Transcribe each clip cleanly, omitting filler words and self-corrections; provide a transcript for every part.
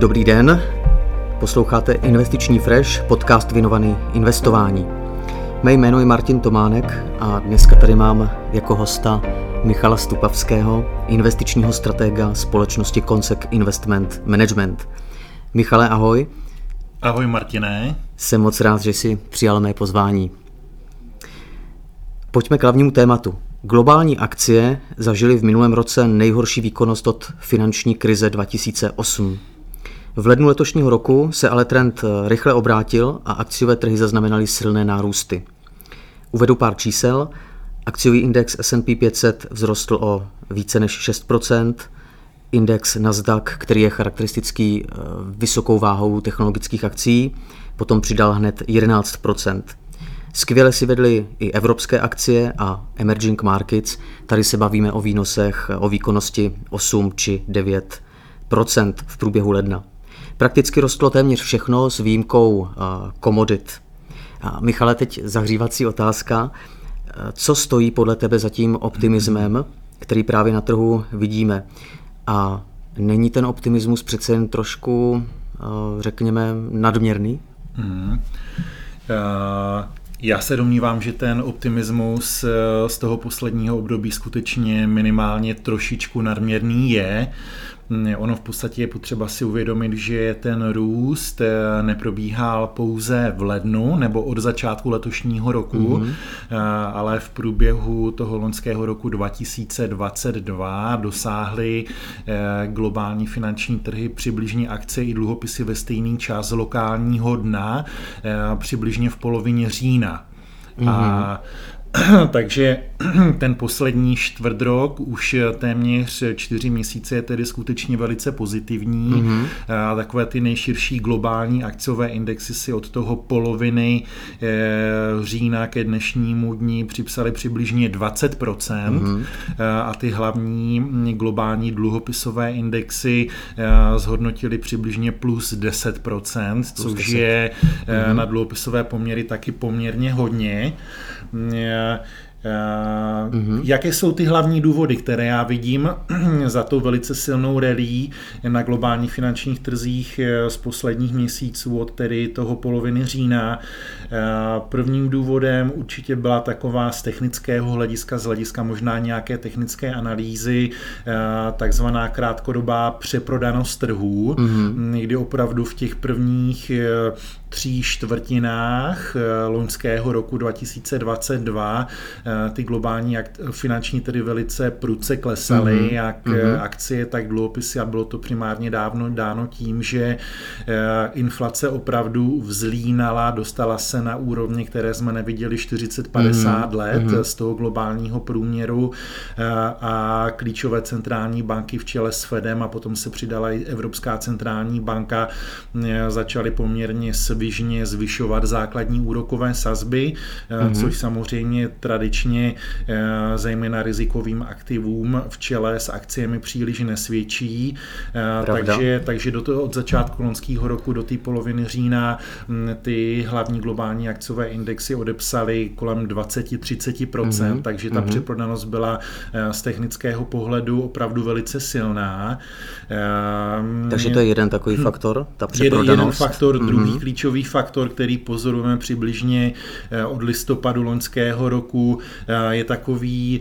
Dobrý den, posloucháte Investiční Fresh, podcast věnovaný investování. Mé jméno je Martin Tománek a dneska tady mám jako hosta Michala Stupavského, investičního stratega společnosti Consec Investment Management. Michale, ahoj. Ahoj Martine. Jsem moc rád, že jsi přijal mé pozvání. Pojďme k hlavnímu tématu. Globální akcie zažily v minulém roce nejhorší výkonnost od finanční krize 2008. V lednu letošního roku se ale trend rychle obrátil a akciové trhy zaznamenaly silné nárůsty. Uvedu pár čísel. Akciový index S&P 500 vzrostl o více než 6%, index Nasdaq, který je charakteristický vysokou váhou technologických akcií, potom přidal hned 11%. Skvěle si vedly i evropské akcie a emerging markets, tady se bavíme o výnosech, o výkonnosti 8 či 9% v průběhu ledna. Prakticky rostlo téměř všechno s výjimkou komodit. Michale, teď zahřívací otázka. Co stojí podle tebe za tím optimismem, který právě na trhu vidíme? A není ten optimismus přece jen trošku, řekněme, nadměrný? Já se domnívám, že ten optimismus z toho posledního období skutečně minimálně trošičku nadměrný je. Ono v podstatě je potřeba si uvědomit, že ten růst neprobíhal pouze v lednu nebo od začátku letošního roku, ale v průběhu toho loňského roku 2022 dosáhly globální finanční trhy přibližně akcie i dluhopisy ve stejný čas lokálního dna přibližně v polovině října. Takže ten poslední čtvrtrok, už téměř 4 měsíce je tedy skutečně velice pozitivní. A takové ty nejširší globální akciové indexy si od toho poloviny října ke dnešnímu dni připsaly přibližně 20%. A ty hlavní globální dluhopisové indexy zhodnotily přibližně plus 10%, což je na dluhopisové poměry taky poměrně hodně. Jaké jsou ty hlavní důvody, které já vidím za tou velice silnou rallye na globálních finančních trzích z posledních měsíců od tedy toho poloviny října? Prvním důvodem určitě byla taková z technického hlediska, z hlediska možná nějaké technické analýzy, takzvaná krátkodobá přeprodanost trhů, kdy opravdu v těch prvních 3/4 loňského roku 2022 ty globální finanční trhy velice prudce klesaly, jak akcie, tak dluhopisy, a bylo to primárně dáno tím, že inflace opravdu vzlínala, dostala se na úrovně, které jsme neviděli 40-50 let z toho globálního průměru, a klíčové centrální banky v čele s Fedem a potom se přidala i Evropská centrální banka, začaly poměrně svižně zvyšovat základní úrokové sazby, což samozřejmě tradičně zejména rizikovým aktivům v čele s akciemi příliš nesvědčí. Takže od začátku loňského roku do té poloviny října ty hlavní globální akciové indexy odepsaly kolem 20-30%, takže ta přeprodanost byla z technického pohledu opravdu velice silná. Takže to je jeden takový faktor, ta přeprodanost. Jeden faktor, druhý klíčový faktor, který pozorujeme přibližně od listopadu loňského roku, je takový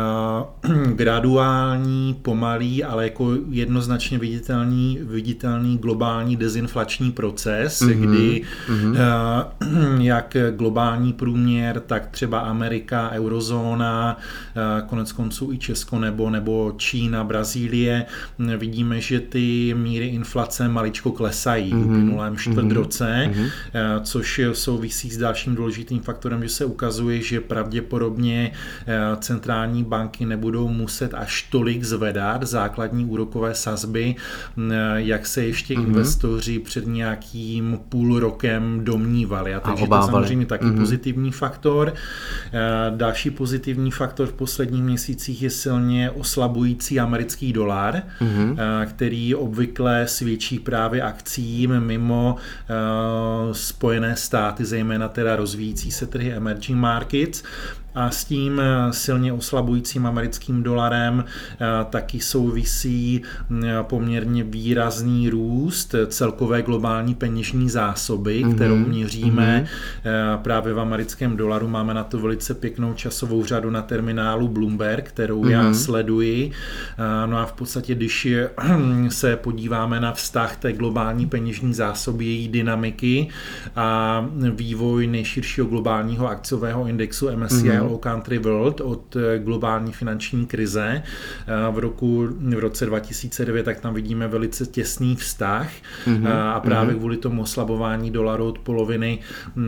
graduální, pomalý, ale jako jednoznačně viditelný globální dezinflační proces, kdy jak globální průměr, tak třeba Amerika, eurozóna, konec konců i Česko nebo Čína, Brazílie, vidíme, že ty míry inflace maličko klesají v minulém čtvrtroce, což souvisí s dalším důležitým faktorem, že se ukazuje, že pravděpodobně centrální banky nebudou muset až tolik zvedat základní úrokové sazby, jak se ještě investoři před nějakým půl rokem domnívali. Takže to je samozřejmě taky pozitivní faktor. Další pozitivní faktor v posledních měsících je silně oslabující americký dolar, který obvykle svědčí právě akciím mimo Spojené státy, zejména teda rozvíjící se trhy emerging markets. a s tím silně oslabujícím americkým dolarem taky souvisí poměrně výrazný růst celkové globální peněžní zásoby, kterou měříme právě v americkém dolaru. Máme na to velice pěknou časovou řadu na terminálu Bloomberg, kterou já sleduji. No a v podstatě, když se podíváme na vztah té globální peněžní zásoby, její dynamiky a vývoj nejširšího globálního akciového indexu MSCI All Country World od globální finanční krize v roce 2009, tak tam vidíme velice těsný vztah a právě kvůli tomu oslabování dolaru od poloviny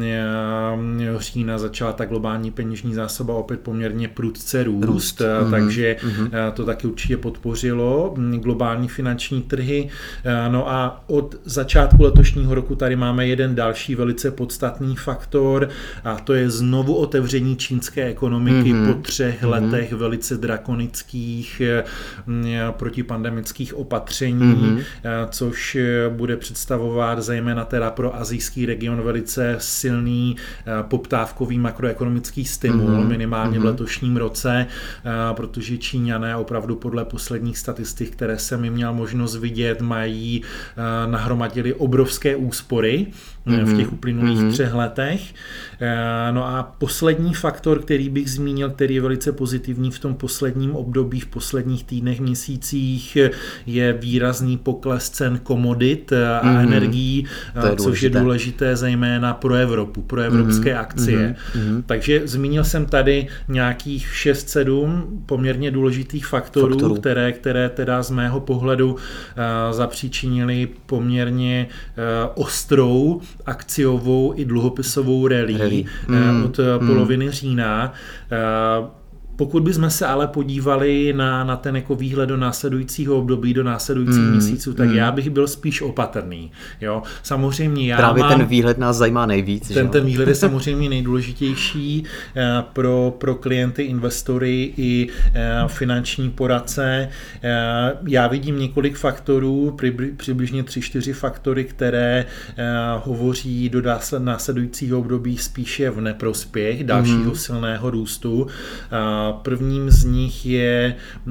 října začala ta globální peněžní zásoba opět poměrně prudce růst. Takže to taky určitě podpořilo globální finanční trhy. No a od začátku letošního roku tady máme jeden další velice podstatný faktor a to je znovu otevření čínské ekonomiky po 3 letech velice drakonických protipandemických opatření, což bude představovat zejména teda pro asijský region velice silný poptávkový makroekonomický stimul, minimálně v letošním roce, protože Číňané opravdu podle posledních statistik, které jsem měl možnost vidět, mají nahromadili obrovské úspory v těch uplynulých 3 letech. No a poslední faktor, který bych zmínil, který je velice pozitivní v tom posledním období, v posledních týdnech, měsících, je výrazný pokles cen komodit a energií, což je důležité zejména pro Evropu, pro evropské akcie. Takže zmínil jsem tady nějakých 6-7 poměrně důležitých faktorů. Které teda z mého pohledu zapříčinili poměrně ostrou akciovou i dluhopisovou rally od poloviny října. Pokud bychom se ale podívali na ten jako výhled do následujícího období, do následujících měsíců, tak já bych byl spíš opatrný. Jo? Samozřejmě právě ten výhled nás zajímá nejvíc. Ten výhled je samozřejmě nejdůležitější pro klienty, investory i finanční poradce. Já vidím několik faktorů, přibližně 3-4 faktory, které hovoří do následujícího období spíše v neprospěch dalšího silného růstu. Prvním z nich je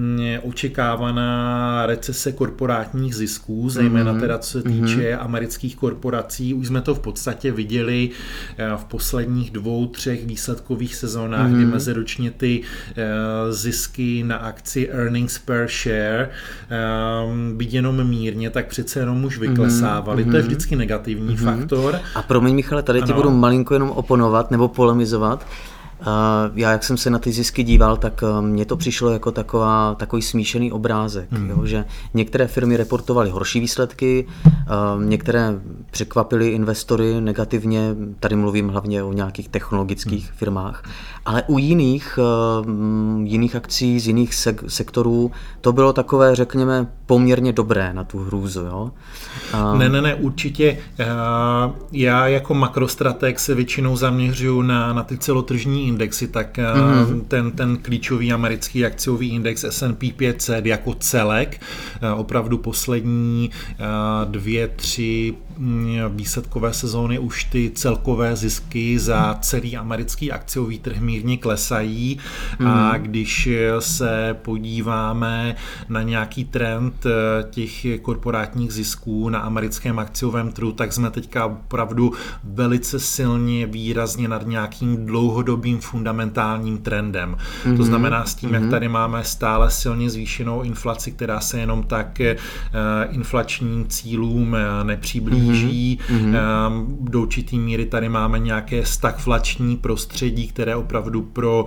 očekávaná recese korporátních zisků, zejména teda co se týče amerických korporací. Už jsme to v podstatě viděli v posledních 2-3 výsledkových sezónách, kdy meziročně ty zisky na akci earnings per share byť jenom mírně, tak přece jenom už vyklesávaly. To je vždycky negativní faktor. A promiň, Michale, tady ti budu malinko jenom oponovat nebo polemizovat. Já, jak jsem se na ty zisky díval, tak mně to přišlo jako takový smíšený obrázek, jo, že některé firmy reportovaly horší výsledky, některé překvapily investory negativně, tady mluvím hlavně o nějakých technologických firmách, ale u jiných akcí z jiných sektorů to bylo takové, řekněme, poměrně dobré na tu hrůzu. Jo? Ne, určitě. Já jako makrostrateg se většinou zaměřuju na ty celotržní indexy, tak ten klíčový americký akciový index S&P 500 jako celek, opravdu poslední 2-3 výsledkové sezóny už ty celkové zisky za celý americký akciový trh mírně klesají a když se podíváme na nějaký trend těch korporátních zisků na americkém akciovém trhu, tak jsme teďka opravdu velice silně výrazně nad nějakým dlouhodobým fundamentálním trendem. To znamená s tím, jak tady máme stále silně zvýšenou inflaci, která se jenom tak inflačním cílům nepřiblíží. Do určitý míry tady máme nějaké stagflační prostředí, které opravdu pro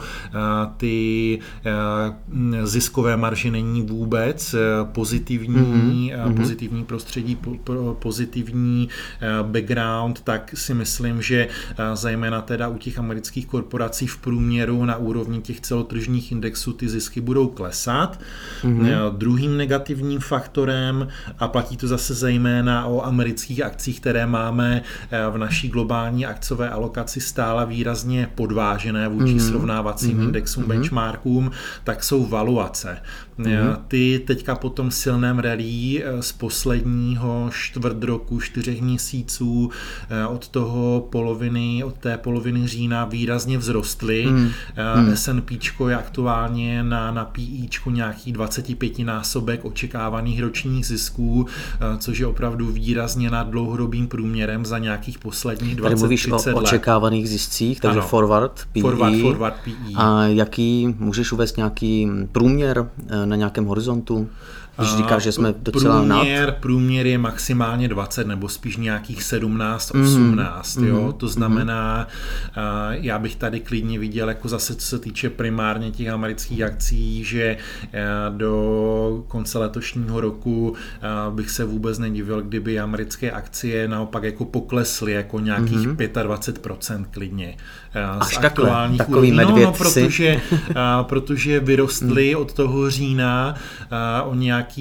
ty ziskové marže není vůbec pozitivní, pozitivní prostředí, pozitivní background, tak si myslím, že zejména teda u těch amerických korporací v průměru na úrovni těch celotržních indexů ty zisky budou klesat. Druhým negativním faktorem, a platí to zase zejména o amerických akcích akcích, které máme v naší globální akciové alokaci stále výrazně podvážené vůči srovnávacím indexům, benchmarkům, tak jsou valuace. Ty teďka po tom silném rallye z posledního čtvrt roku, 4 měsíců od té poloviny října výrazně vzrostly. S&Pčko je aktuálně na PIčku nějaký 25násobek očekávaných ročních zisků, což je opravdu výrazně nad dlouhodobým průměrem za nějakých posledních 20-30 let. Tady mluvíš o očekávaných ziscích, takže ano. Forward PE. Forward PE. A můžeš uvést nějaký průměr na nějakém horizontu? Když říkáš, že jsme docela průměr je maximálně 20 nebo spíš nějakých 17, 18. Jo? To znamená, já bych tady klidně viděl, jako zase co se týče primárně těch amerických akcí, že do konce letošního roku bych se vůbec nedivil, kdyby americké akcie naopak jako poklesly jako nějakých 25% klidně. Až takhle, takový medvědci. Protože vyrostly od toho října o nějakých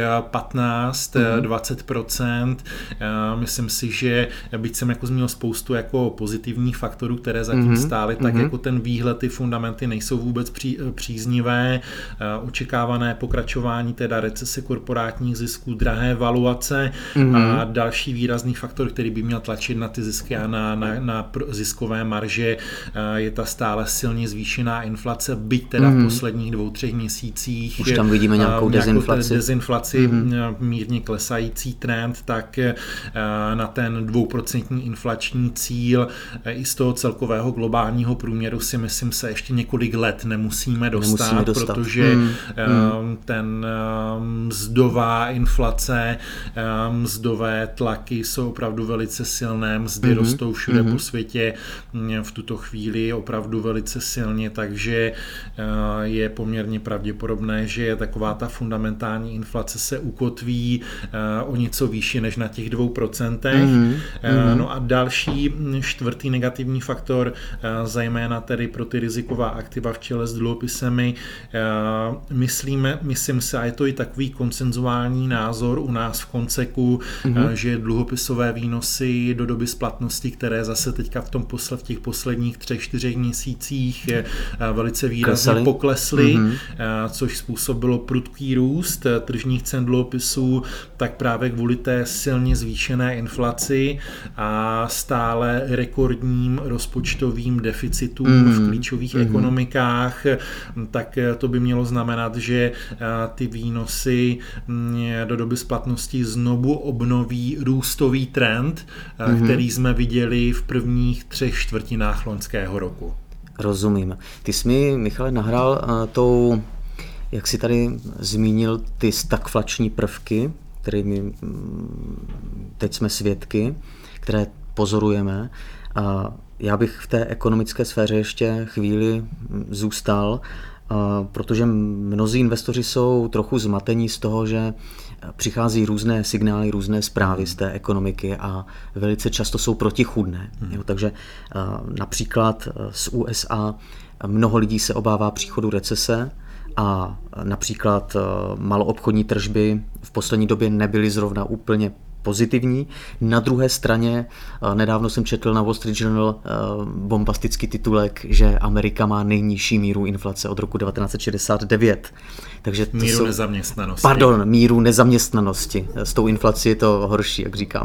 15-20%. Myslím si, že byť jsem jako zmínil spoustu jako pozitivních faktorů, které zatím stály, tak jako ten výhled, ty fundamenty nejsou vůbec příznivé. Očekávané pokračování teda recese korporátních zisků, drahé valuace a další výrazný faktor, který by měl tlačit na ty zisky a na ziskové marže, je ta stále silně zvýšená inflace, byť teda v posledních 2-3 měsících. Už tam vidíme nějakou dezinflaci, mírně klesající trend, tak na ten 2% inflační cíl i z toho celkového globálního průměru si myslím se ještě několik let nemusíme dostat. Protože ten mzdová inflace, mzdové tlaky jsou opravdu velice silné, mzdy rostou všude po světě v tuto chvíli opravdu velice silně, takže je poměrně pravděpodobné, že taková ta fundamentální inflace se ukotví o něco výše než na těch 2%. No a další čtvrtý negativní faktor, zejména tedy pro ty riziková aktiva v čele s dluhopisemi, myslím se, a je to i takový konsenzuální názor u nás v Konceku, že dluhopisové výnosy do doby splatnosti, které zase teďka v těch posledních 3-4 měsících velice výrazně poklesly, což způsobilo prudký růst tržních cen dluhopisů, tak právě kvůli té silně zvýšené inflaci a stále rekordním rozpočtovým deficitům v klíčových ekonomikách, tak to by mělo znamenat, že ty výnosy do doby splatnosti znovu obnoví růstový trend, který jsme viděli v prvních 3 čtvrtinách loňského roku. Rozumím. Ty jsi mi, Michale, nahrál tou, jak jsi tady zmínil, ty stagflační prvky, kterými teď jsme svědky, které pozorujeme. A já bych v té ekonomické sféře ještě chvíli zůstal, protože mnozí investoři jsou trochu zmatení z toho, že přichází různé signály, různé zprávy z té ekonomiky a velice často jsou protichůdné. Takže například z USA mnoho lidí se obává příchodu recese a například maloobchodní tržby v poslední době nebyly zrovna úplně pozitivní. Na druhé straně nedávno jsem četl na Wall Street Journal bombastický titulek, že Amerika má nejnižší míru inflace od roku 1969. Takže míru nezaměstnanosti. Pardon, míru nezaměstnanosti. S tou inflací je to horší, jak říkám.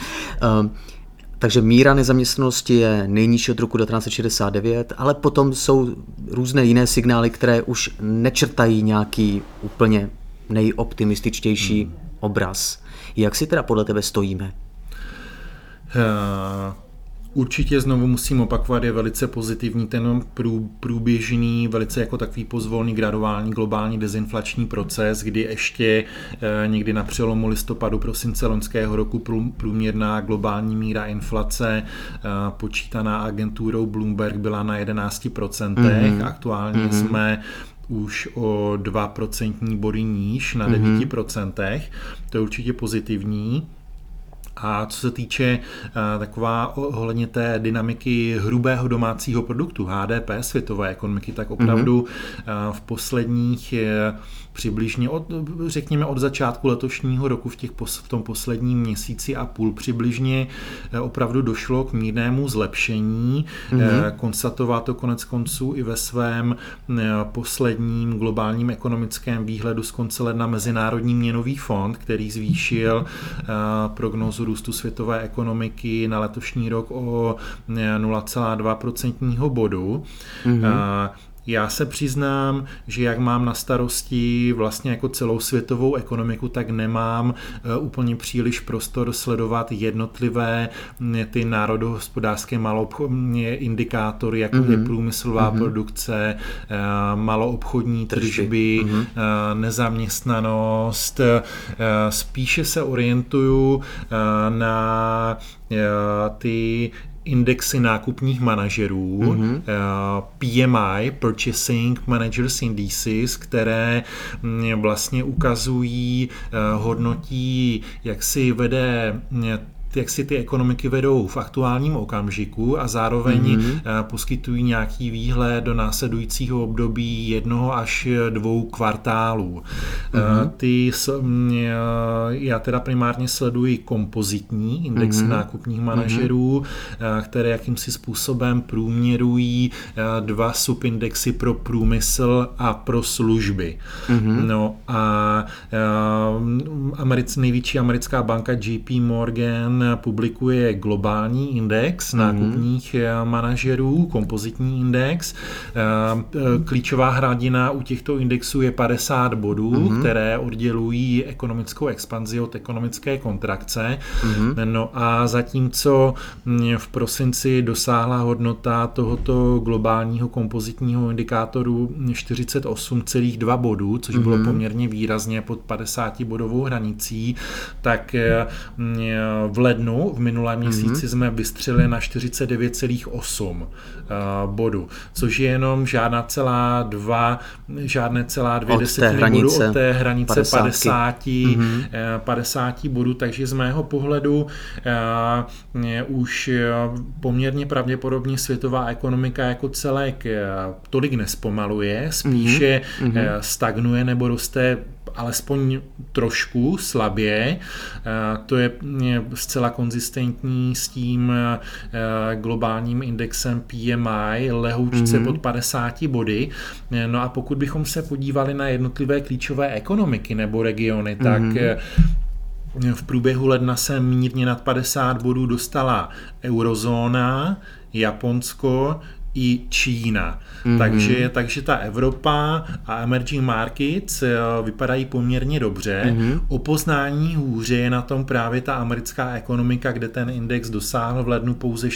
Takže míra nezaměstnanosti je nejnižší od roku 1969, ale potom jsou různé jiné signály, které už nečrtají nějaký úplně nejoptimističtější obraz. Jak si teda podle tebe stojíme? Určitě znovu musím opakovat, je velice pozitivní ten průběžný, velice jako takový pozvolný, graduální, globální dezinflační proces, kdy ještě někdy na přelomu listopadu, prosince loňského roku průměrná globální míra inflace počítaná agenturou Bloomberg byla na 11%. Aktuálně jsme už o 2% body níž na 9%. To je určitě pozitivní. A co se týče taková ohledně té dynamiky hrubého domácího produktu, HDP světové ekonomiky, tak opravdu v posledních přibližně řekněme od začátku letošního roku v tom posledním měsíci a půl přibližně opravdu došlo k mírnému zlepšení. Konstatoval to konec konců i ve svém posledním globálním ekonomickém výhledu z konce ledna Mezinárodní měnový fond, který zvýšil prognózu růstu světové ekonomiky na letošní rok o 0,2% bodu. Já se přiznám, že jak mám na starosti vlastně jako celou světovou ekonomiku, tak nemám úplně příliš prostor sledovat jednotlivé ty národohospodářské maloobchodní indikátory, jako je průmyslová produkce, maloobchodní tržby, nezaměstnanost. Spíše se orientuju na ty indexy nákupních manažerů, PMI, Purchasing Managers Indices, které vlastně ukazují, hodnotí, jak si ty ekonomiky vedou v aktuálním okamžiku a zároveň poskytují nějaký výhled do následujícího období 1 až 2 kvartálů. Já teda primárně sleduji kompozitní indexy nákupních manažerů, které jakýmsi způsobem průměrují 2 subindexy pro průmysl a pro služby. No a největší americká banka JP Morgan publikuje globální index nákupních manažerů, kompozitní index. Klíčová hladina u těchto indexů je 50 bodů, které oddělují ekonomickou expanzi od ekonomické kontrakce. No a zatímco v prosinci dosáhla hodnota tohoto globálního kompozitního indikátoru 48,2 bodů, což bylo poměrně výrazně pod 50-bodovou hranicí, tak v lednu, v minulém měsíci jsme vystřelili na 49,8 bodu, což je jenom žádné celá 2 desetiny bodu od té hranice 50 bodů, takže z mého pohledu už poměrně pravděpodobně světová ekonomika jako celek tolik nespomaluje, spíše stagnuje nebo roste alespoň trošku slabě. To je zcela konzistentní s tím globálním indexem PMI, lehoučce pod 50 body. No a pokud bychom se podívali na jednotlivé klíčové ekonomiky nebo regiony, tak v průběhu ledna se mírně nad 50 bodů dostala eurozóna, Japonsko i Čína. Takže ta Evropa a emerging markets vypadají poměrně dobře. O poznání hůře je na tom právě ta americká ekonomika, kde ten index dosáhl v lednu pouze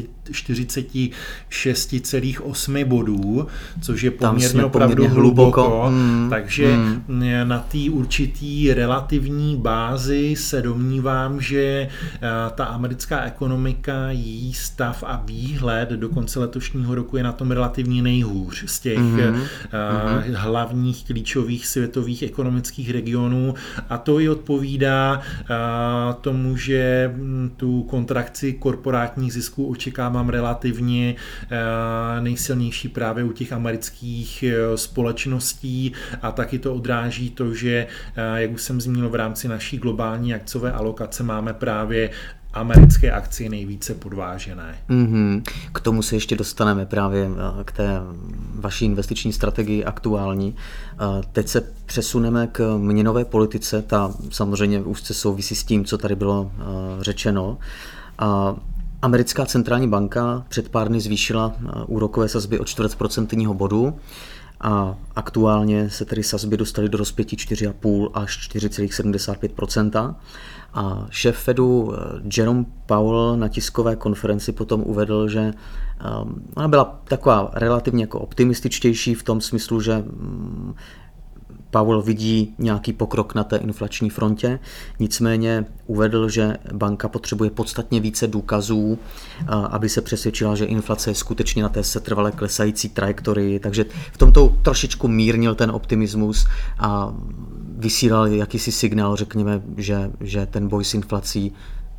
46,8 bodů, což je poměrně opravdu hluboko. Takže na té určitý relativní bázi se domnívám, že ta americká ekonomika, její stav a výhled do konce letošního roku je na tom relativně nejhůř z těch hlavních klíčových světových ekonomických regionů a to i odpovídá tomu, že tu kontrakci korporátních zisků očekávám relativně nejsilnější právě u těch amerických společností a taky to odráží to, že jak už jsem zmínil v rámci naší globální akciové alokace máme právě americké akcie nejvíce podvážené. K tomu se ještě dostaneme právě k té vaší investiční strategii aktuální. Teď se přesuneme k měnové politice, ta samozřejmě úzce souvisí s tím, co tady bylo řečeno. Americká centrální banka před pár dny zvýšila úrokové sazby o 0,25% bodu a aktuálně se tedy sazby dostaly do rozpětí 4,5 až 4,75%. A šéf Fedu Jerome Powell na tiskové konferenci potom uvedl, že ona byla taková relativně jako optimističtější v tom smyslu, že Powell vidí nějaký pokrok na té inflační frontě, nicméně uvedl, že banka potřebuje podstatně více důkazů, aby se přesvědčila, že inflace je skutečně na té setrvale klesající trajektorii, takže v tomto trošičku mírnil ten optimismus a vysílal jakýsi signál, řekněme, že ten boj s inflací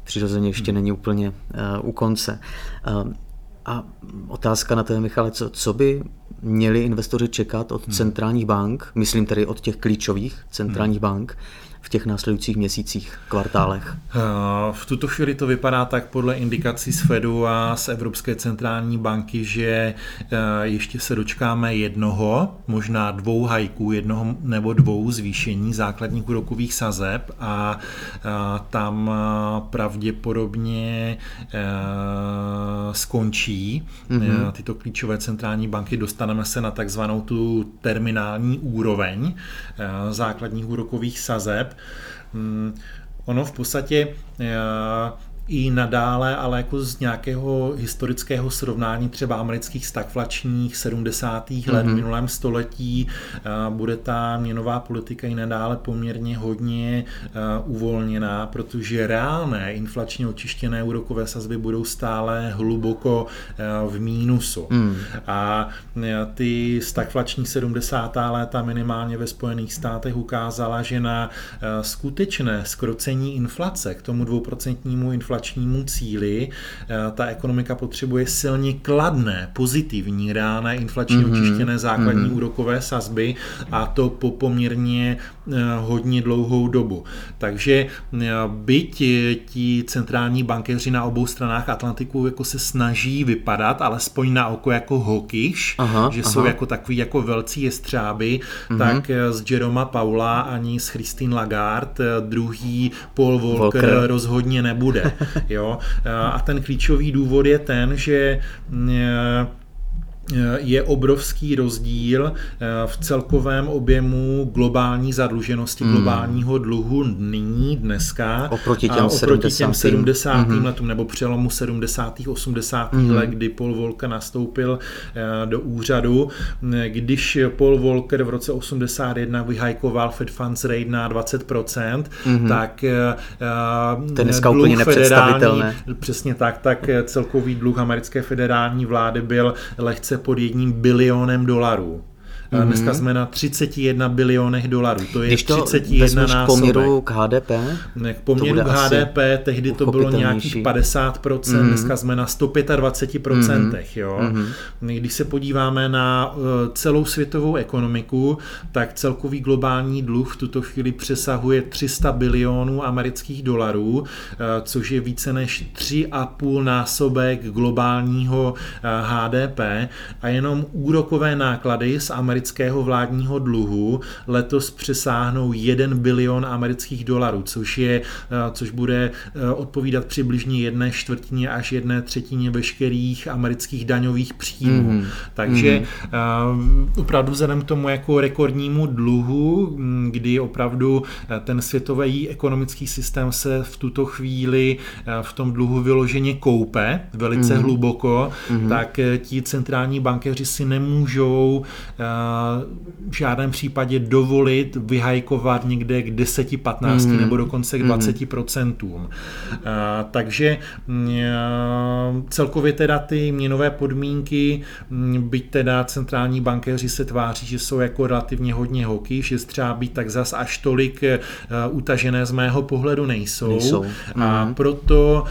přirozeně ještě není úplně u konce. A otázka na tebe, Michale, co by měli investoři čekat od centrálních bank, myslím tedy od těch klíčových centrálních bank, v těch následujících měsících, kvartálech? V tuto chvíli to vypadá tak podle indikací z Fedu a z Evropské centrální banky, že ještě se dočkáme jednoho, možná 2 hajků, 1 nebo 2 zvýšení základních úrokových sazeb a tam pravděpodobně skončí tyto klíčové centrální banky. Dostaneme se na takzvanou tu terminální úroveň základních úrokových sazeb. Ono v podstatě i nadále, ale jako z nějakého historického srovnání třeba amerických stagflačních 70. let v minulém století bude ta měnová politika i nadále poměrně hodně uvolněná, protože reálné inflačně očištěné úrokové sazby budou stále hluboko v mínusu. A ty stagflační 70. léta minimálně ve Spojených státech ukázala, že na skutečné zkrocení inflace k tomu 2% inflačnímu cíli ta ekonomika potřebuje silně kladné, pozitivní, reálné inflačně očištěné základní úrokové sazby a to po poměrně hodně dlouhou dobu. Takže byť ti centrální bankéři na obou stranách Atlantiku jako se snaží vypadat, alespoň na oko jako hokyš, jsou jako takový jako velcí jestřáby, tak z Jeroma Powella ani z Christine Lagarde druhý Paul Volcker rozhodně nebude. Jo? A ten klíčový důvod je ten, že je obrovský rozdíl v celkovém objemu globální zadluženosti, globálního dluhu nyní, dneska, oproti těm 70. letům, nebo přelomu 70. 80. let, kdy Paul Volcker nastoupil do úřadu. Když Paul Volcker v roce 81 vyhajkoval Fed Funds Rate na 20%, tak ten dneska úplně nepředstavitelné. Přesně tak celkový dluh americké federální vlády byl lehce pod $1 bilionem. Dneska jsme na 31 bilionech dolarů. To je 31 násobek. Poměru k HDP? K poměru k HDP tehdy to bylo nějakých 50%, dneska jsme na 125%. Jo? Když se podíváme na celou světovou ekonomiku, tak celkový globální dluh v tuto chvíli přesahuje 300 bilionů amerických dolarů, což je více než 3,5 násobek globálního HDP a jenom úrokové náklady z amerického vládního dluhu letos přesáhnou 1 bilion amerických dolarů, což bude odpovídat přibližně 1/4 až 1/3 veškerých amerických daňových příjmů. Takže opravdu vzhledem k tomu jako rekordnímu dluhu, kdy opravdu ten světový ekonomický systém se v tuto chvíli v tom dluhu vyloženě koupe velice hluboko, tak ti centrální bankéři si nemůžou v žádném případě dovolit vyhajkovat někde k 10-15 nebo dokonce k 20%. Takže celkově teda ty měnové podmínky, byť teda centrální bankéři se tváří, že jsou jako relativně hodně hoky, že třeba být tak zas až tolik utažené z mého pohledu nejsou. A proto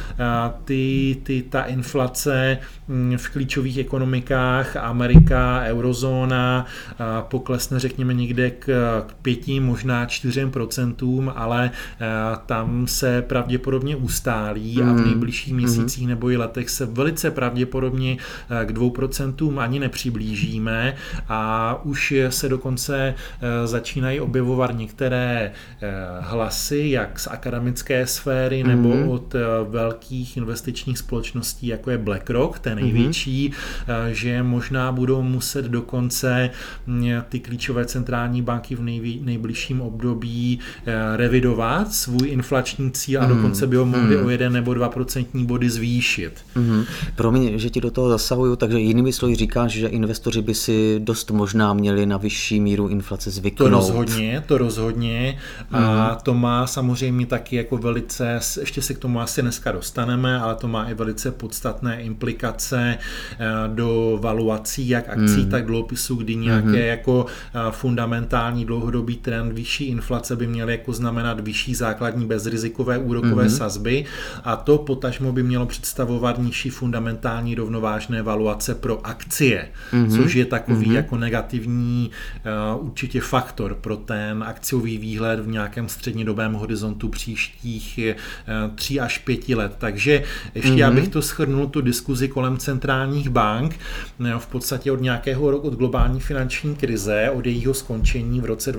ta inflace v klíčových ekonomikách Amerika, eurozóna poklesne řekněme někde k 5, možná 4%, ale tam se pravděpodobně ustálí a v nejbližších měsících nebo i letech se velice pravděpodobně k 2% ani nepřiblížíme a už se dokonce začínají objevovat některé hlasy, jak z akademické sféry nebo od velkých investičních společností, jako je BlackRock, ten největší, že možná budou muset dokonce ty klíčové centrální banky v nejbližším období revidovat svůj inflační cíl a dokonce by ho mohli o 1 nebo 2% body zvýšit. Promiň, že ti do toho zasahuju, takže jinými slovy říkáš, že investoři by si dost možná měli na vyšší míru inflace zvyknout. To rozhodně a to má samozřejmě taky jako velice, ještě se k tomu asi dneska dostaneme, ale to má i velice podstatné implikace do valuací, jak akcí, tak dluhopisů, kdy nějaký nějaké jako fundamentální dlouhodobý trend, vyšší inflace by měly jako znamenat vyšší základní bezrizikové úrokové sazby a to potažmo by mělo představovat nižší fundamentální rovnovážné valuace pro akcie, což je takový jako negativní určitě faktor pro ten akciový výhled v nějakém střednědobém horizontu příštích 3 až 5 let. Takže ještě já bych to shrnul, tu diskuzi kolem centrálních bank, v podstatě od nějakého roku, od globální finanční krize, od jejího skončení v roce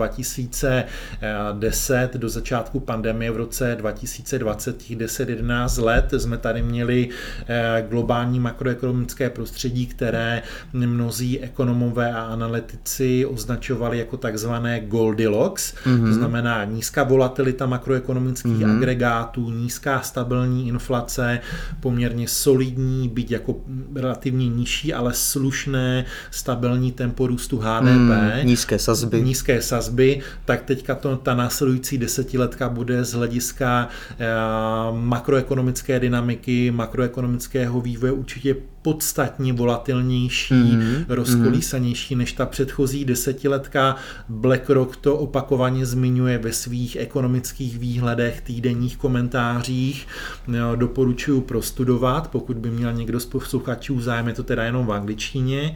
2010 do začátku pandemie v roce 2020, 10-11 let, jsme tady měli globální makroekonomické prostředí, které mnozí ekonomové a analytici označovali jako takzvané Goldilocks, to znamená nízká volatilita makroekonomických agregátů, nízká stabilní inflace, poměrně solidní, byť jako relativně nižší, ale slušné, stabilní tempo růstu HDP. Nízké sazby, tak teďka ta následující desetiletka bude z hlediska makroekonomické dynamiky, makroekonomického vývoje určitě podstatně volatilnější, rozkolísanější než ta předchozí desetiletka. BlackRock to opakovaně zmiňuje ve svých ekonomických výhledech, týdenních komentářích. Doporučuji prostudovat, pokud by měl někdo z posluchačů zájem, je to teda jenom v angličtině.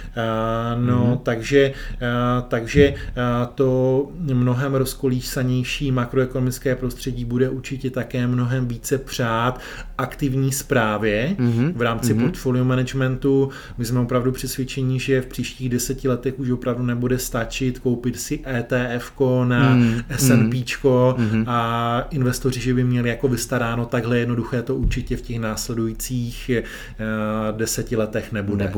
Takže to mnohem rozkolísanější makroekonomické prostředí bude určitě také mnohem více přát aktivní správě v rámci portfolio managementu. My jsme opravdu přesvědčení, že v příštích 10 letech už opravdu nebude stačit koupit si ETF-ko na S&Pčko a investoři, že by měli jako vystaráno, takhle jednoduché to určitě v těch následujících 10 letech nebude.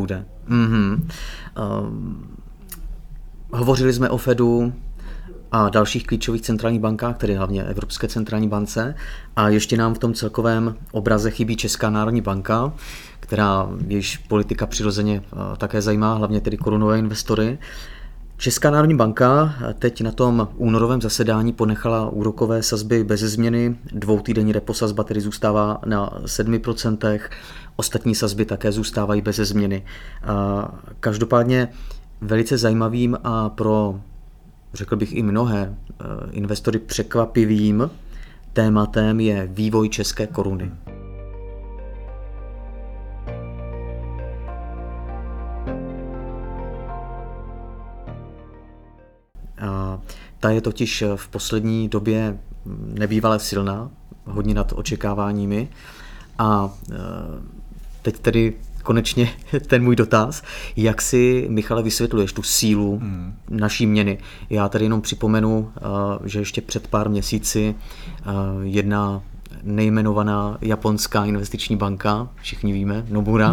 Hovořili jsme o Fedu a dalších klíčových centrálních bankách, tedy hlavně Evropské centrální bance, a ještě nám v tom celkovém obraze chybí Česká národní banka, která jejíž politika přirozeně také zajímá, hlavně tedy korunové investory. Česká národní banka teď na tom únorovém zasedání ponechala úrokové sazby beze změny, 2týdenní repo sazba tedy zůstává na 7%, ostatní sazby také zůstávají beze změny. Každopádně velice zajímavým a pro, řekl bych, i mnohé investory překvapivým tématem je vývoj české koruny. Ta je totiž v poslední době nebývale silná, hodně nad očekáváními. A teď tedy konečně ten můj dotaz, jak si, Michale, vysvětluješ tu sílu naší měny. Já tady jenom připomenu, že ještě před pár měsíci jedna nejmenovaná japonská investiční banka, všichni víme, Nomura,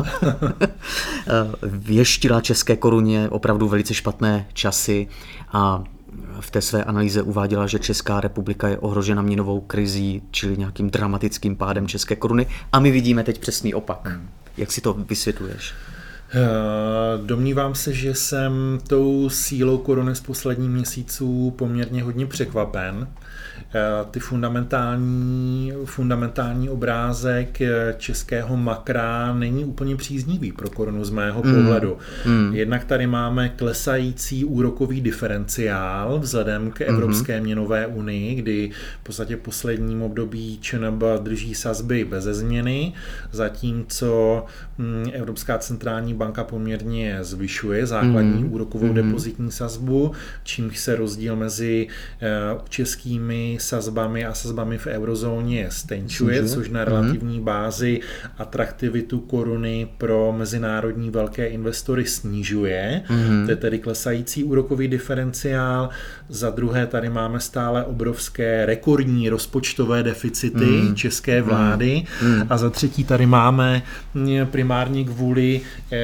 věštila české koruně opravdu velice špatné časy a v té své analýze uváděla, že Česká republika je ohrožena měnovou krizí, čili nějakým dramatickým pádem české koruny, a my vidíme teď přesný opak. Jak si to vysvětluješ? Domnívám se, že jsem tou sílou koruny z posledních měsíců poměrně hodně překvapen. Ty fundamentální obrázek českého makra není úplně příznivý pro korunu z mého pohledu. Jednak tady máme klesající úrokový diferenciál vzhledem k Evropské měnové unii, kdy v podstatě posledním období ČNB drží sazby beze změny, zatímco Evropská centrální banka poměrně zvyšuje základní úrokovou depozitní sazbu, čímž se rozdíl mezi českými sazbami a sazbami v eurozóně stenčuje, což na relativní bázi atraktivitu koruny pro mezinárodní velké investory snižuje. To je tedy klesající úrokový diferenciál. Za druhé tady máme stále obrovské rekordní rozpočtové deficity české vlády. A za třetí tady máme primárně kvůli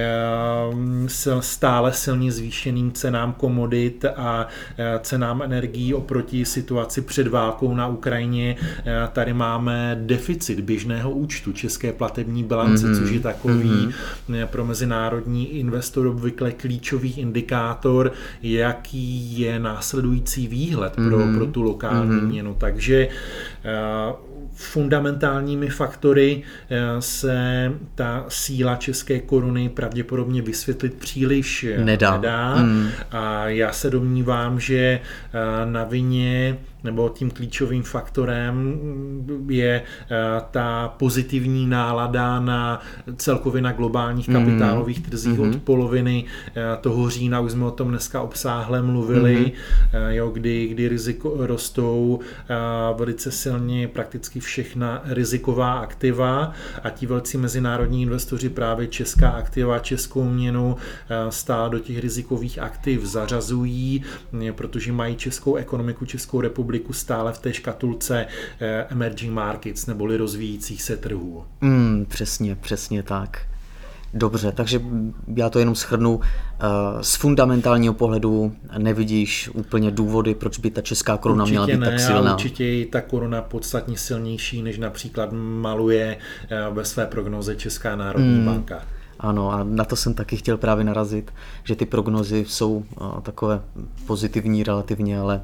stále silně zvýšeným cenám komodit a cenám energií oproti situaci před válkou na Ukrajině. Tady máme deficit běžného účtu české platební bilance, což je takový pro mezinárodní investor obvykle klíčový indikátor, jaký je následující výhled pro tu lokální měnu. Takže fundamentálními faktory se ta síla české koruny pravděpodobně vysvětlit příliš nedá. A já se domnívám, že na vině nebo tím klíčovým faktorem je ta pozitivní nálada celkově na globálních kapitálových trzích od poloviny toho října, už jsme o tom dneska obsáhle mluvili, kdy riziko rostou velice silně prakticky všechna riziková aktiva a ti velcí mezinárodní investoři právě česká aktiva, českou měnu stále do těch rizikových aktiv zařazují, protože mají českou ekonomiku, Českou republiku stále v té škatulce emerging markets neboli rozvíjících se trhů. Přesně tak. Dobře, takže já to jenom shrnu. Z fundamentálního pohledu nevidíš úplně důvody, proč by ta česká koruna měla být tak silná. Určitě je ta koruna podstatně silnější, než například maluje ve své prognoze Česká národní banka. Ano, a na to jsem taky chtěl právě narazit, že ty prognozy jsou takové pozitivní relativně, ale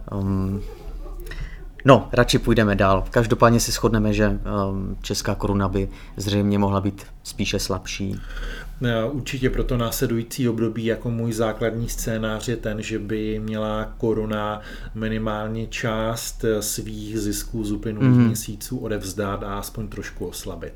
radši půjdeme dál. Každopádně si shodneme, že česká koruna by zřejmě mohla být spíše slabší. Určitě pro to následující období jako můj základní scénář je ten, že by měla koruna minimálně část svých zisků z uplynulých měsíců odevzdát a aspoň trošku oslabit.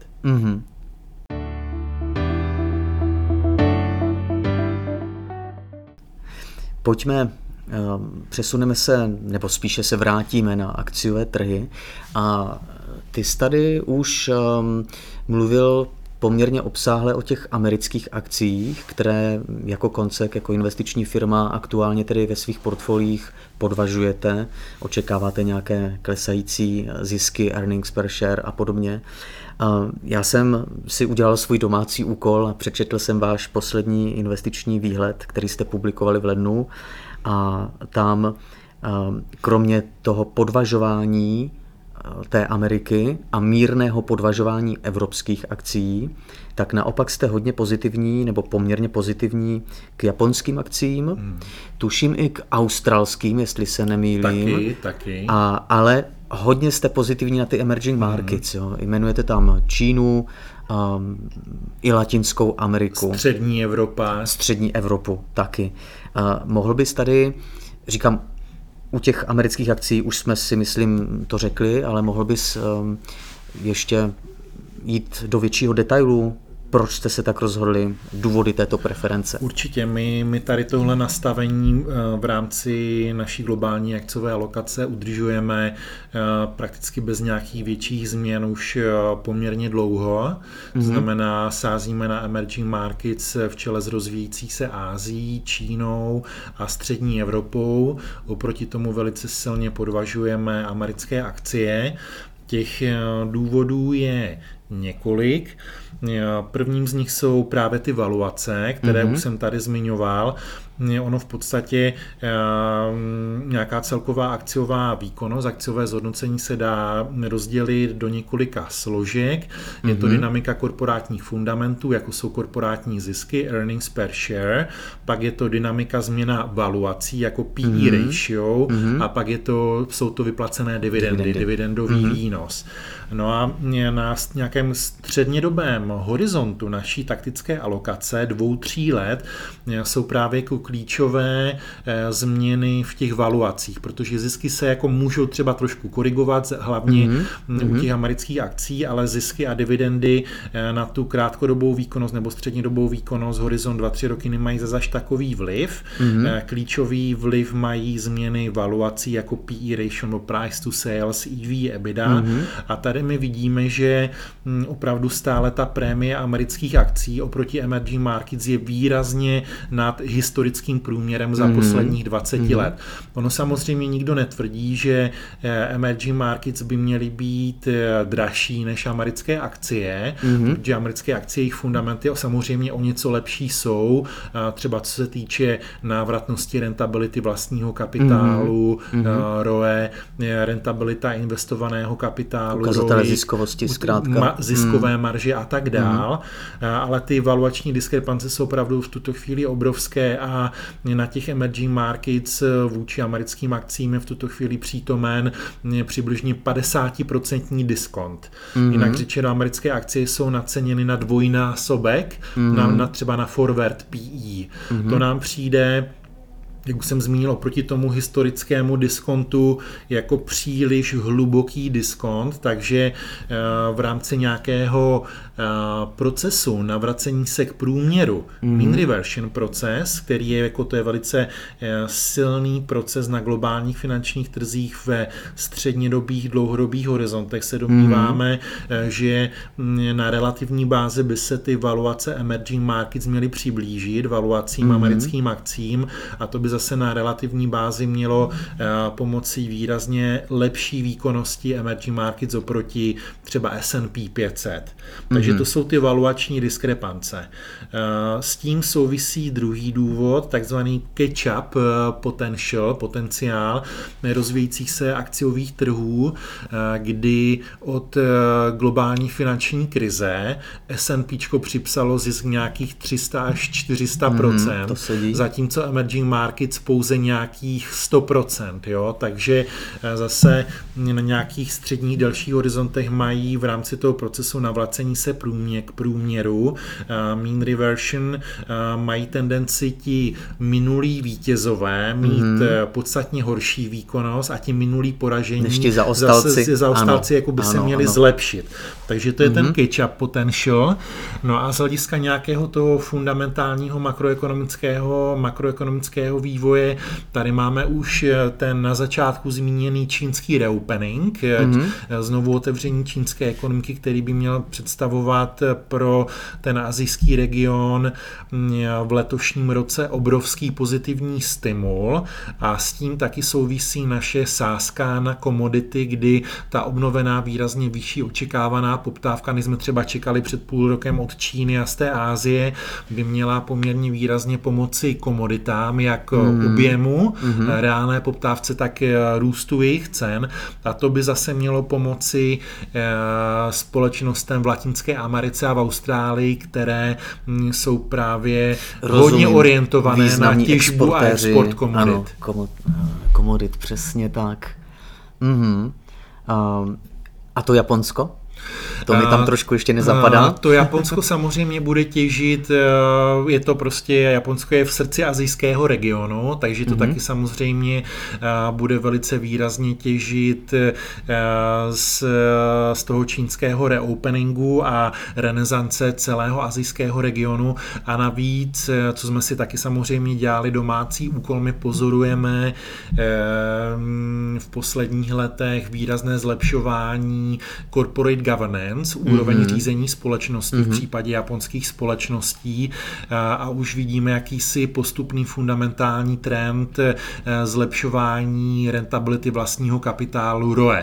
Přesuneme se, nebo spíše se vrátíme na akciové trhy a ty jsi tady už mluvil poměrně obsáhle o těch amerických akciích, které jako Koncek, jako investiční firma aktuálně tedy ve svých portfoliích podvažujete, očekáváte nějaké klesající zisky, earnings per share a podobně. Já jsem si udělal svůj domácí úkol a přečetl jsem váš poslední investiční výhled, který jste publikovali v lednu. A tam kromě toho podvažování té Ameriky a mírného podvažování evropských akcií, tak naopak jste hodně pozitivní nebo poměrně pozitivní k japonským akciím, tuším i k australským, jestli se nemýlím. Taky. Ale hodně jste pozitivní na ty emerging markets. Jo. Jmenujete tam Čínu, i Latinskou Ameriku. Střední Evropu taky. Mohl bys tady, říkám, u těch amerických akcí už jsme si, myslím, to řekli, ale mohl bys ještě jít do většího detailu, proč jste se tak rozhodli, důvody této preference? Určitě, my tady tohle nastavení v rámci naší globální akciové alokace udržujeme prakticky bez nějakých větších změn už poměrně dlouho. To znamená, sázíme na emerging markets v čele s rozvíjící se Ázií, Čínou a střední Evropou. Oproti tomu velice silně podvažujeme americké akcie. Těch důvodů je několik. Prvním z nich jsou právě ty valuace, které už jsem tady zmiňoval. Ono v podstatě nějaká celková akciová výkonnost, akciové zhodnocení se dá rozdělit do několika složek. Je to dynamika korporátních fundamentů, jako jsou korporátní zisky, earnings per share, pak je to dynamika změna valuací, jako PE ratio, a pak jsou to vyplacené dividendy, dividendový výnos. No a na nějakém střednědobém horizontu naší taktické alokace 2-3 let jsou právě jako klíčové změny v těch valuacích, protože zisky se jako můžou třeba trošku korigovat, hlavně u těch amerických akcí, ale zisky a dividendy na tu krátkodobou výkonnost nebo střednědobou výkonnost horizont 2-3 roky nemají zase takový vliv. Klíčový vliv mají změny valuací jako PE ratio nebo price to sales, EV, EBITDA a tady my vidíme, že opravdu stále ta prémie amerických akcí oproti emerging markets je výrazně nad historickým průměrem za posledních 20 let. Ono samozřejmě nikdo netvrdí, že emerging markets by měly být dražší než americké akcie, protože americké akcie, jejich fundamenty samozřejmě o něco lepší jsou, třeba co se týče návratnosti, rentability vlastního kapitálu, ROE, rentabilita investovaného kapitálu, ukazatele ziskovosti zkrátka. ziskové marže a tak dál, ale ty valuační diskrepance jsou opravdu v tuto chvíli obrovské a na těch emerging markets vůči americkým akcím je v tuto chvíli přítomen přibližně 50% diskont. Jinak řečeno, americké akcie jsou naceněny na dvojnásobek, třeba na forward PE. To nám přijde, jak už jsem zmínil, oproti tomu historickému diskontu jako příliš hluboký diskont, takže v rámci nějakého procesu navracení se k průměru, mean reversion proces, který je jako to je velice silný proces na globálních finančních trzích ve střednědobých, dlouhodobých horizontech, se domníváme, že na relativní bázi by se ty valuace emerging markets měly přiblížit valuacím americkým akcím a to by zase na relativní bázi mělo pomocí výrazně lepší výkonnosti emerging markets oproti třeba S&P 500. Takže to jsou ty valuační diskrepance. S tím souvisí druhý důvod, takzvaný catch-up potenciál rozvíjejících se akciových trhů, kdy od globální finanční krize S&P připsalo zisk nějakých 300 až 400%, zatímco emerging markets pouze nějakých 100%. Jo? Takže zase na nějakých středních delších horizontech mají v rámci toho procesu navracení se k průměru mean reversion mají tendenci ti minulí vítězové mít podstatně horší výkonnost a ti minulí poražení zaostalci jako by se měli zlepšit. Takže to je ten catch-up potential. No a z hlediska nějakého toho fundamentálního makroekonomického vývoje, tady máme už ten na začátku zmíněný čínský reopening, znovu otevření čínské ekonomiky, který by měl představovat pro ten asijský region v letošním roce obrovský pozitivní stimul a s tím taky souvisí naše sázka na komodity, kdy ta obnovená výrazně vyšší očekávaná poptávka, než jsme třeba čekali před půl rokem od Číny a z té Asie, by měla poměrně výrazně pomoci komoditám, jak objemu, reálné poptávce, tak růstu jejich cen a to by zase mělo pomoci společnostem v Latinské Americe a v Austrálii, které jsou právě hodně orientované na těžbu a export komodit. Ano, komodit, přesně tak. A to Japonsko? To mi tam trošku ještě nezapadá. To Japonsko samozřejmě bude těžit, je to prostě, Japonsko je v srdci asijského regionu, takže to taky samozřejmě bude velice výrazně těžit z toho čínského reopeningu a renesance celého asijského regionu a navíc, co jsme si taky samozřejmě dělali domácí úkol, my pozorujeme v posledních letech výrazné zlepšování corporate governance, úroveň řízení společností v případě japonských společností a už vidíme jakýsi postupný fundamentální trend zlepšování rentability vlastního kapitálu ROE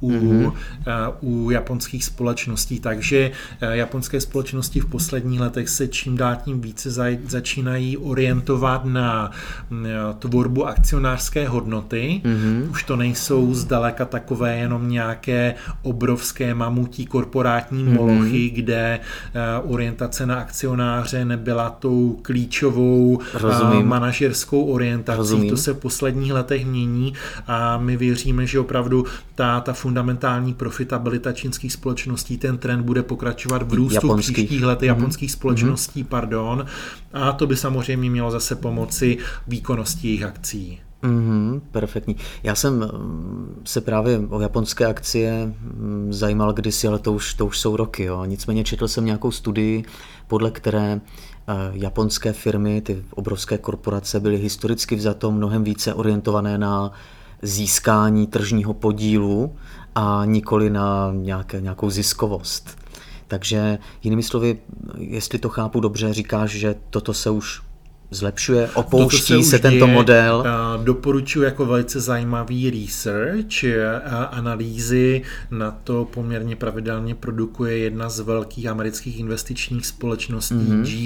u japonských společností. Takže japonské společnosti v posledních letech se čím dál tím více začínají orientovat na tvorbu akcionářské hodnoty. Už to nejsou zdaleka takové jenom nějaké obrovské mamutí korporátní molochy, kde orientace na akcionáře nebyla tou klíčovou manažerskou orientací. To se v posledních letech mění a my věříme, že opravdu ta fundamentální profitabilita čínských společností, ten trend bude pokračovat v růstu v příštích letech japonských společností, a to by samozřejmě mělo zase pomoci výkonnosti jejich akcí. Perfektní. Já jsem se právě o japonské akcie zajímal kdysi, ale to už jsou roky. Jo. Nicméně četl jsem nějakou studii, podle které japonské firmy, ty obrovské korporace, byly historicky vzato mnohem více orientované na získání tržního podílu a nikoli na nějakou ziskovost. Takže jinými slovy, jestli to chápu dobře, říkáš, že toto se už zlepšuje, opouští se tento model? Doporučuji jako velice zajímavý research, analýzy, na to poměrně pravidelně produkuje jedna z velkých amerických investičních společností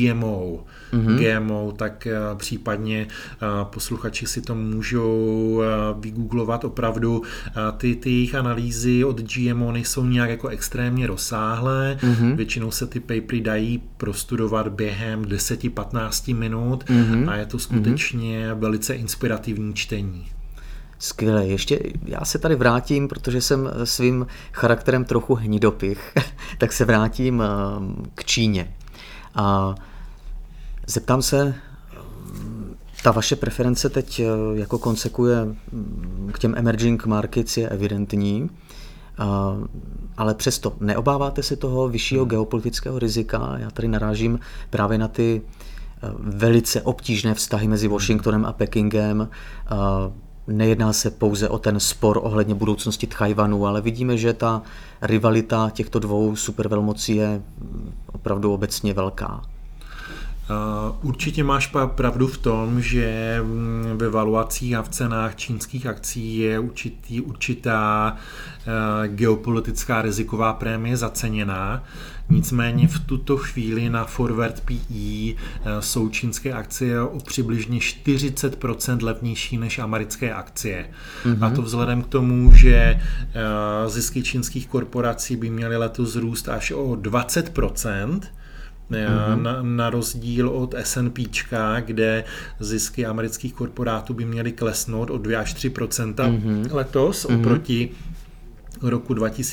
GMO, tak případně posluchači si to můžou vygooglovat. Opravdu ty jejich analýzy od GMO nejsou nějak jako extrémně rozsáhlé, většinou se ty papery dají prostudovat během 10-15 minut a je to skutečně velice inspirativní čtení. Skvěle. Ještě já se tady vrátím, protože jsem svým charakterem trochu hnidopich, tak se vrátím k Číně. A zeptám se, ta vaše preference teď jako konsekuje k těm emerging markets je evidentní, ale přesto neobáváte se toho vyššího geopolitického rizika? Já tady narážím právě na ty velice obtížné vztahy mezi Washingtonem a Pekingem. Nejedná se pouze o ten spor ohledně budoucnosti Tchajwanu, ale vidíme, že ta rivalita těchto dvou supervelmocí je opravdu obecně velká. Určitě máš pravdu v tom, že ve valuacích a v cenách čínských akcí je určitá geopolitická riziková prémie zaceněná. Nicméně v tuto chvíli na forward PE jsou čínské akcie o přibližně 40% levnější než americké akcie. A to vzhledem k tomu, že zisky čínských korporací by měly letos růst až o 20%, na rozdíl od S&Pčka, kde zisky amerických korporátů by měly klesnout o 2 až 3% letos oproti roku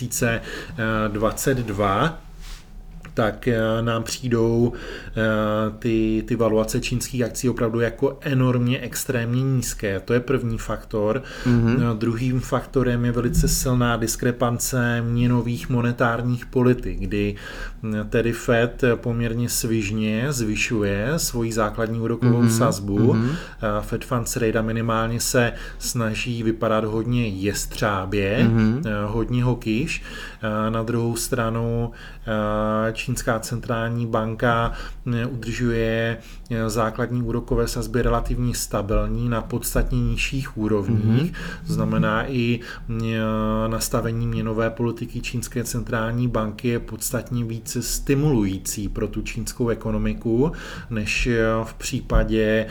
2022, tak nám přijdou ty valuace čínských akcí opravdu jako enormně extrémně nízké. To je první faktor. Druhým faktorem je velice silná diskrepance měnových monetárních politik, kdy tedy Fed poměrně svižně zvyšuje svoji základní úrokovou sazbu. Fed Funds Rate minimálně se snaží vypadat hodně jestřábě, hodně hawkish. Na druhou stranu čínská centrální banka udržuje základní úrokové sazby relativně stabilní na podstatně nižších úrovních. To znamená, i nastavení měnové politiky čínské centrální banky je podstatně více stimulující pro tu čínskou ekonomiku, než v případě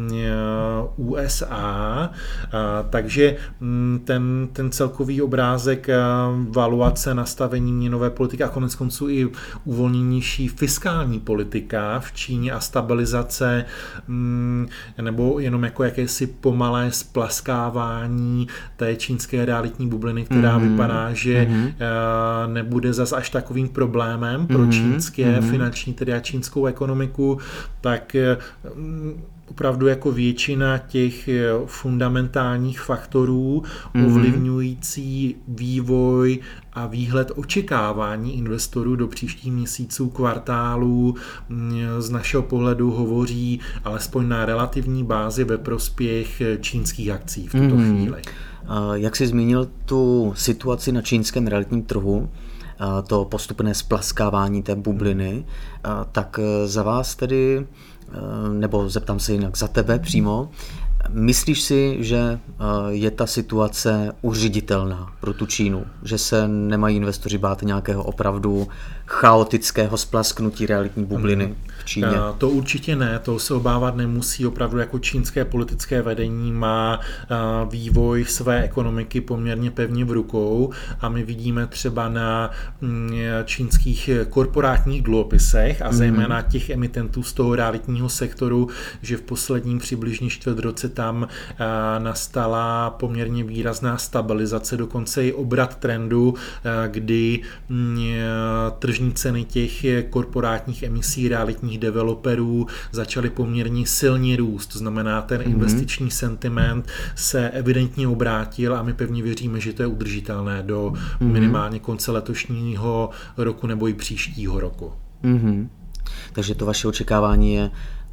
USA. Takže ten celkový obrázek valuace, nastavení měnové politiky a koneckonců i uvolněnější fiskální politika v Číně a stabilizace nebo jenom jako jakési pomalé splaskávání té čínské realitní bubliny, která vypadá, že nebude zas až takovým problémem pro čínské finanční, tedy a čínskou ekonomiku, tak opravdu jako většina těch fundamentálních faktorů ovlivňující vývoj a výhled očekávání investorů do příštích měsíců, kvartálů z našeho pohledu hovoří alespoň na relativní bázi ve prospěch čínských akcí v tuto chvíli. Jak jsi zmínil tu situaci na čínském realitním trhu, to postupné splaskávání té bubliny, tak za vás tedy, nebo zeptám se jinak, za tebe přímo, myslíš si, že je ta situace uřiditelná pro tu Čínu? Že se nemají investoři bát nějakého opravdu chaotického splasknutí realitní bubliny v Číně? To určitě ne, to se obávat nemusí. Opravdu jako čínské politické vedení má vývoj své ekonomiky poměrně pevně v rukou a my vidíme třeba na čínských korporátních dluhopisech a zejména těch emitentů z toho realitního sektoru, že v posledním přibližně čtvrtroce tam nastala poměrně výrazná stabilizace, dokonce i obrat trendu, kdy tržní ceny těch korporátních emisí realitních developerů začaly poměrně silně růst. To znamená, ten investiční sentiment se evidentně obrátil a my pevně věříme, že to je udržitelné do minimálně konce letošního roku nebo i příštího roku. Takže to vaše očekávání je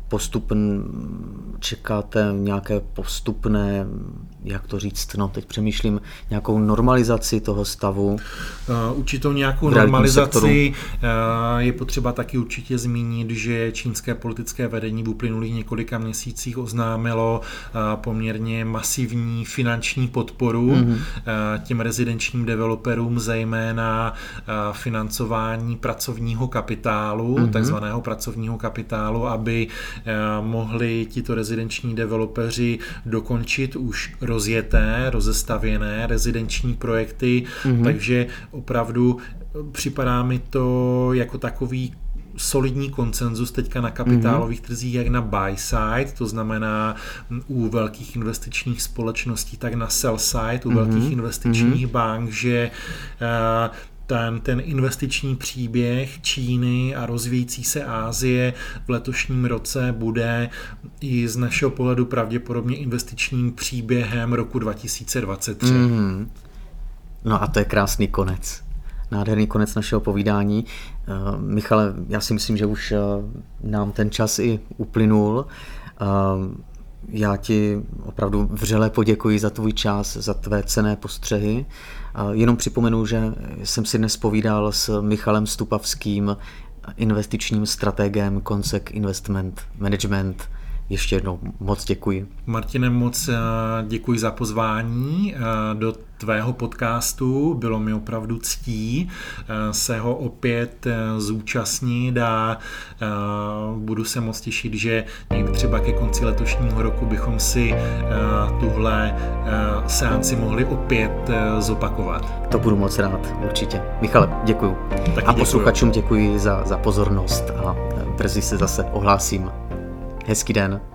čekáte nějaké postupné, jak to říct, no teď přemýšlím, nějakou normalizaci toho stavu? Určitou nějakou normalizaci. Je potřeba taky určitě zmínit, že čínské politické vedení v uplynulých několika měsících oznámilo poměrně masivní finanční podporu těm rezidenčním developerům, zejména financování pracovního kapitálu, takzvaného pracovního kapitálu, aby mohli tito rezidenční developeři dokončit už rozestavěné rezidenční projekty, takže opravdu připadá mi to jako takový solidní konsenzus teďka na kapitálových trzích, jak na buy side, to znamená u velkých investičních společností, tak na sell side, u velkých investičních bank, že ten investiční příběh Číny a rozvíjející se Asie v letošním roce bude i z našeho pohledu pravděpodobně investičním příběhem roku 2023. No a to je krásný konec. Nádherný konec našeho povídání. Michale, já si myslím, že už nám ten čas i uplynul. Já ti opravdu vřele poděkuji za tvůj čas, za tvé cenné postřehy. Jenom připomenu, že jsem si dnes povídal s Michalem Stupavským, investičním strategem Consec Investment Management. Ještě jednou moc děkuji. Martine, moc děkuji za pozvání do tvého podcastu. Bylo mi opravdu ctí se ho opět zúčastnit a budu se moc těšit, že někdy třeba ke konci letošního roku bychom si tuhle seanci mohli opět zopakovat. To budu moc rád, určitě. Michale, děkuju. Taky a posluchačům děkuji za pozornost a brzy se zase ohlásím. Hezký den.